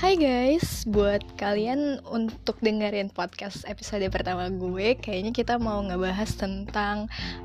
Hai guys, buat kalian untuk dengerin podcast episode pertama gue, kayaknya kita mau ngebahas tentang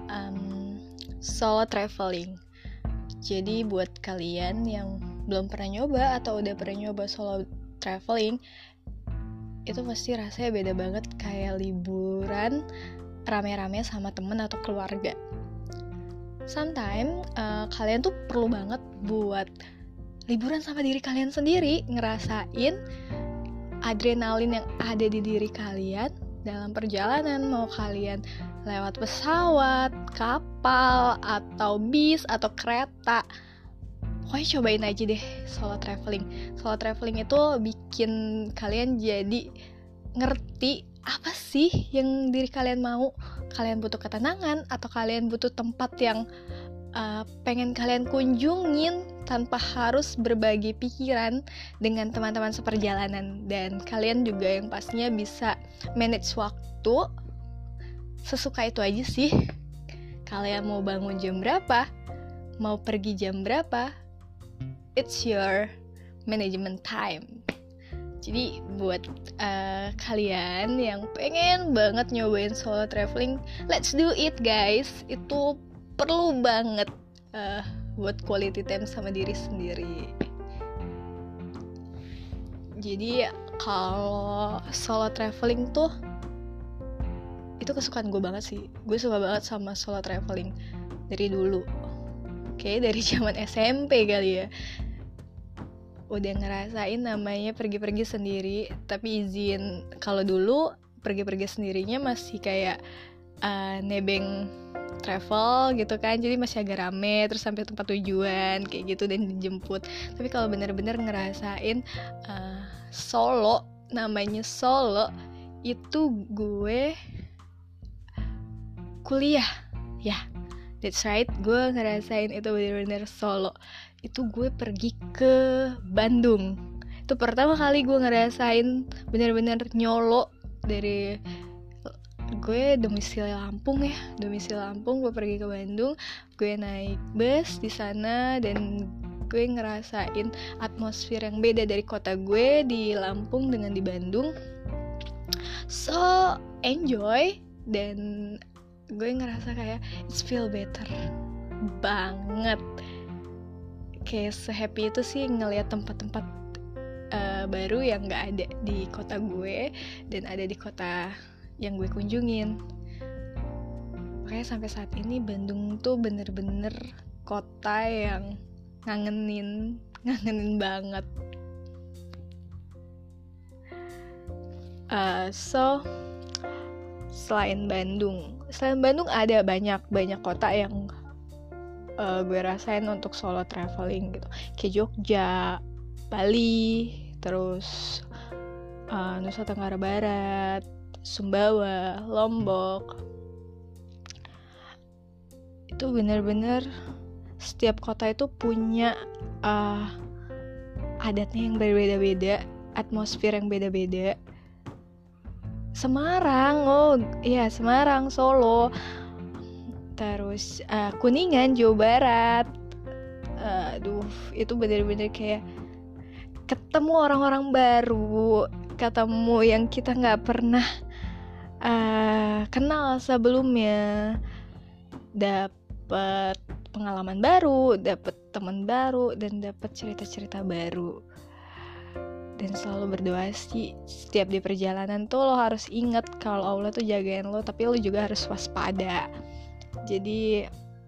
solo traveling. Jadi buat kalian yang belum pernah nyoba atau udah pernah nyoba solo traveling, itu pasti rasanya beda banget kayak liburan rame-rame sama temen atau keluarga. Sometimes kalian tuh perlu banget buat liburan sama diri kalian sendiri, ngerasain adrenalin yang ada di diri kalian dalam perjalanan, mau kalian lewat pesawat, kapal, atau bis, atau kereta. Pokoknya cobain aja deh solo traveling. Solo traveling itu bikin kalian jadi ngerti apa sih yang diri kalian mau. Kalian butuh ketenangan, atau kalian butuh tempat yang pengen kalian kunjungin tanpa harus berbagi pikiran dengan teman-teman seperjalanan. Dan kalian juga yang pastinya bisa manage waktu sesuka itu aja sih. Kalian mau bangun jam berapa, mau pergi jam berapa, it's your management time. Jadi buat kalian yang pengen banget nyobain solo traveling, let's do it guys. Itu perlu banget buat quality time sama diri sendiri. Jadi kalau solo traveling tuh itu kesukaan gue banget sih. Gue suka banget sama solo traveling dari dulu. Oke, dari zaman SMP kali ya. Udah ngerasain namanya pergi-pergi sendiri, tapi izin. Kalau dulu pergi-pergi sendirinya masih kayak nebeng travel gitu kan, jadi masih agak rame, terus sampai tempat tujuan kayak gitu dan dijemput. Tapi kalau bener-bener ngerasain solo, namanya solo, itu gue kuliah. Ya, that's right, gue ngerasain itu bener-bener solo. Itu gue pergi ke Bandung. Itu pertama kali gue ngerasain bener-bener nyolo. Dari gue domisili Lampung, gue pergi ke Bandung, gue naik bus di sana dan gue ngerasain atmosfer yang beda dari kota gue di Lampung dengan di Bandung. So enjoy, dan gue ngerasa kayak it's feel better banget. Kayak se-happy itu sih ngelihat tempat-tempat baru yang gak ada di kota gue dan ada di kota yang gue kunjungin. Makanya sampai saat ini Bandung tuh bener-bener kota yang ngangenin banget. So selain Bandung ada banyak kota yang gue rasain untuk solo traveling gitu. Kayak Jogja, Bali, terus Nusa Tenggara Barat, Sumbawa, Lombok. Itu benar-benar setiap kota itu punya adatnya yang berbeda-beda, atmosfer yang beda-beda. Semarang, Solo, terus Kuningan, Jawa Barat. Itu benar-benar kayak ketemu orang-orang baru, ketemu yang kita nggak pernah kenal sebelumnya, dapat pengalaman baru, dapat teman baru, dan dapat cerita-cerita baru. Dan selalu berdoa sih setiap di perjalanan tuh lo harus ingat kalau Allah tuh jagain lo, tapi lo juga harus waspada. Jadi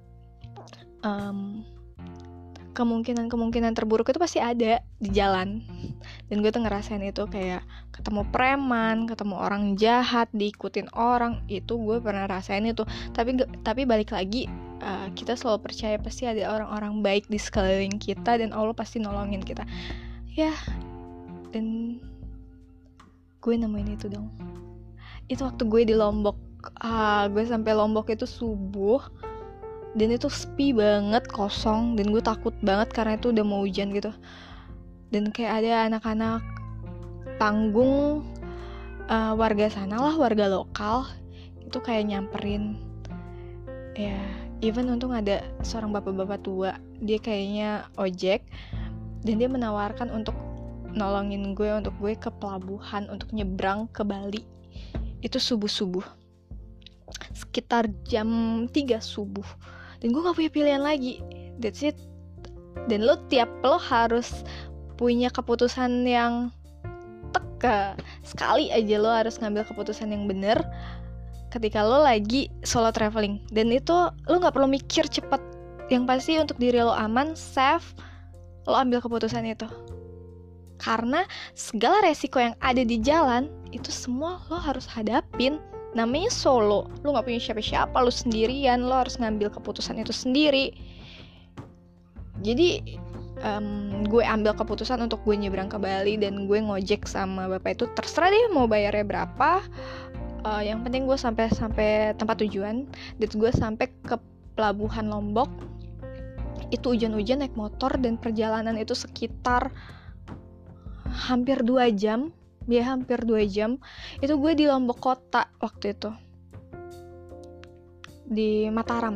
kemungkinan terburuk itu pasti ada di jalan. Dan gue tuh ngerasain itu, kayak ketemu preman, ketemu orang jahat, diikutin orang, itu gue pernah rasain itu. Tapi balik lagi, kita selalu percaya pasti ada orang-orang baik di sekeliling kita dan Allah pasti nolongin kita. Ya, dan gue nemuin itu dong. Itu waktu gue di Lombok. Gue sampai Lombok itu subuh, dan itu sepi banget, kosong, dan gue takut banget karena itu udah mau hujan gitu. Dan kayak ada anak-anak panggung warga lokal itu kayak nyamperin. Ya, even untung ada seorang bapak-bapak tua, dia kayaknya ojek, dan dia menawarkan untuk nolongin gue untuk gue ke pelabuhan untuk nyebrang ke Bali. Itu subuh-subuh, sekitar jam 3 subuh, dan gue gak punya pilihan lagi. That's it. Dan lo harus punya keputusan yang sekali aja lo harus ngambil keputusan yang bener ketika lo lagi solo traveling. Dan itu lo gak perlu mikir cepet, yang pasti untuk diri lo aman, safe, lo ambil keputusan itu. Karena segala resiko yang ada di jalan itu semua lo harus hadapin. Namanya solo, lo gak punya siapa-siapa, lo sendirian, lo harus ngambil keputusan itu sendiri. Jadi gue ambil keputusan untuk gue nyebrang ke Bali, dan gue ngojek sama bapak itu, terserah deh mau bayarnya berapa, yang penting gue sampai tempat tujuan. Dan gue sampai ke pelabuhan Lombok itu hujan-hujan naik motor, dan perjalanan itu sekitar hampir 2 jam. Itu gue di Lombok kota waktu itu, di Mataram.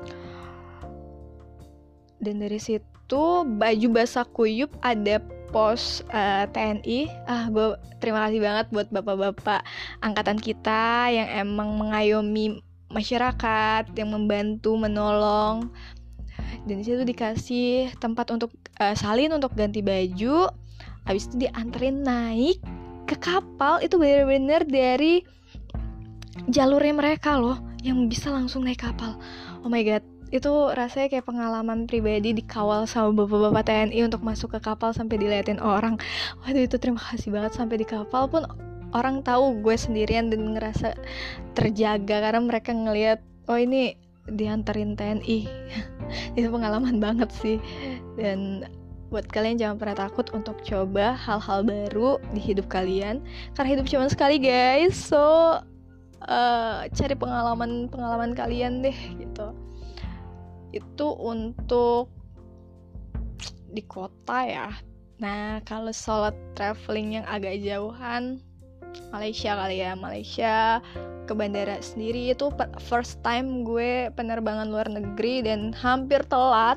Dan dari situ baju basah kuyup, ada pos TNI. Gue terima kasih banget buat bapak-bapak angkatan kita yang emang mengayomi masyarakat, yang membantu, menolong. Dan di situ dikasih tempat untuk salin, untuk ganti baju. Habis itu dianterin naik ke kapal. Itu bener-bener dari jalurnya mereka loh, yang bisa langsung naik kapal. Oh my god, itu rasanya kayak pengalaman pribadi dikawal sama bapak-bapak TNI untuk masuk ke kapal sampai diliatin orang. Waduh, itu terima kasih banget. Sampai di kapal pun orang tahu gue sendirian dan ngerasa terjaga karena mereka ngelihat, oh ini dianterin TNI. Itu pengalaman banget sih. Dan buat kalian jangan pernah takut untuk coba hal-hal baru di hidup kalian, karena hidup cuma sekali guys. So cari pengalaman kalian deh gitu. Itu untuk di kota ya. Nah, kalau solo traveling yang agak jauhan, Malaysia kali ya. Malaysia ke bandara sendiri itu first time gue penerbangan luar negeri, dan hampir telat.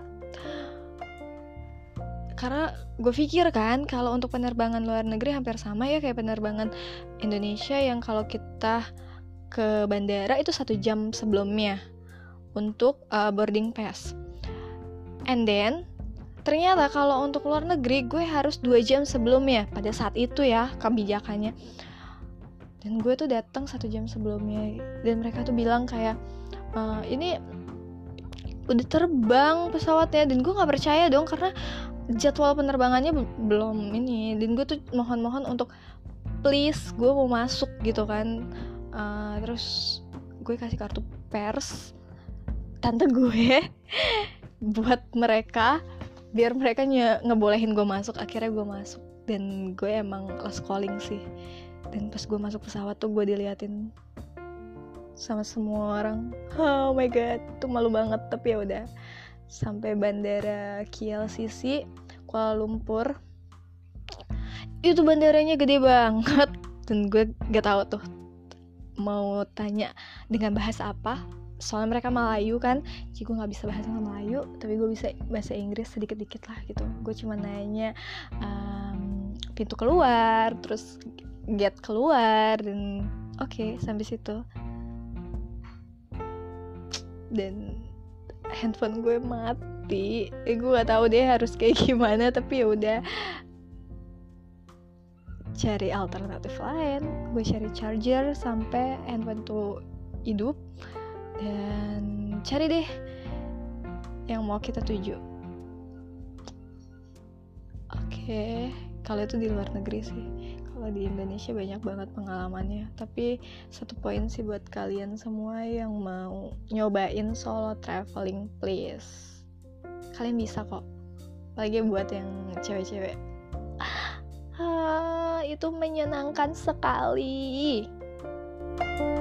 Karena gue pikir kan kalau untuk penerbangan luar negeri hampir sama ya kayak penerbangan Indonesia, yang kalau kita ke bandara itu 1 jam sebelumnya untuk boarding pass. And then ternyata kalau untuk luar negeri gue harus 2 jam sebelumnya pada saat itu ya kebijakannya. Dan gue tuh datang 1 jam sebelumnya, dan mereka tuh bilang kayak ini udah terbang pesawatnya. Dan gue nggak percaya dong, karena jadwal penerbangannya belum ini. Dan gue tuh mohon untuk please gue mau masuk gitu kan. Terus gue kasih kartu pers tante gue buat mereka, biar mereka ngebolehin gue masuk. Akhirnya gue masuk, dan gue emang last calling sih. Dan pas gue masuk pesawat tuh gue diliatin sama semua orang. Oh my god, tuh malu banget. Tapi ya udah, sampai bandara KLCC Kuala Lumpur. Itu bandaranya gede banget, dan gue gak tahu tuh mau tanya dengan bahasa apa, soalnya mereka Melayu kan. Jadi gue gak bisa bahasa Melayu, tapi gue bisa bahasa Inggris sedikit-dikit lah gitu. Gue cuma nanya pintu keluar, terus gate keluar, dan oke, sampai situ. Dan handphone gue mati. Gue gak tahu deh harus kayak gimana, tapi ya udah, cari alternatif lain. Gue cari charger sampai handphone tuh hidup, dan cari deh yang mau kita tuju. Oke, kalau itu di luar negeri sih. Kalau di Indonesia banyak banget pengalamannya. Tapi satu poin sih buat kalian semua yang mau nyobain solo traveling, please, kalian bisa kok. Apalagi buat yang cewek-cewek, itu menyenangkan sekali.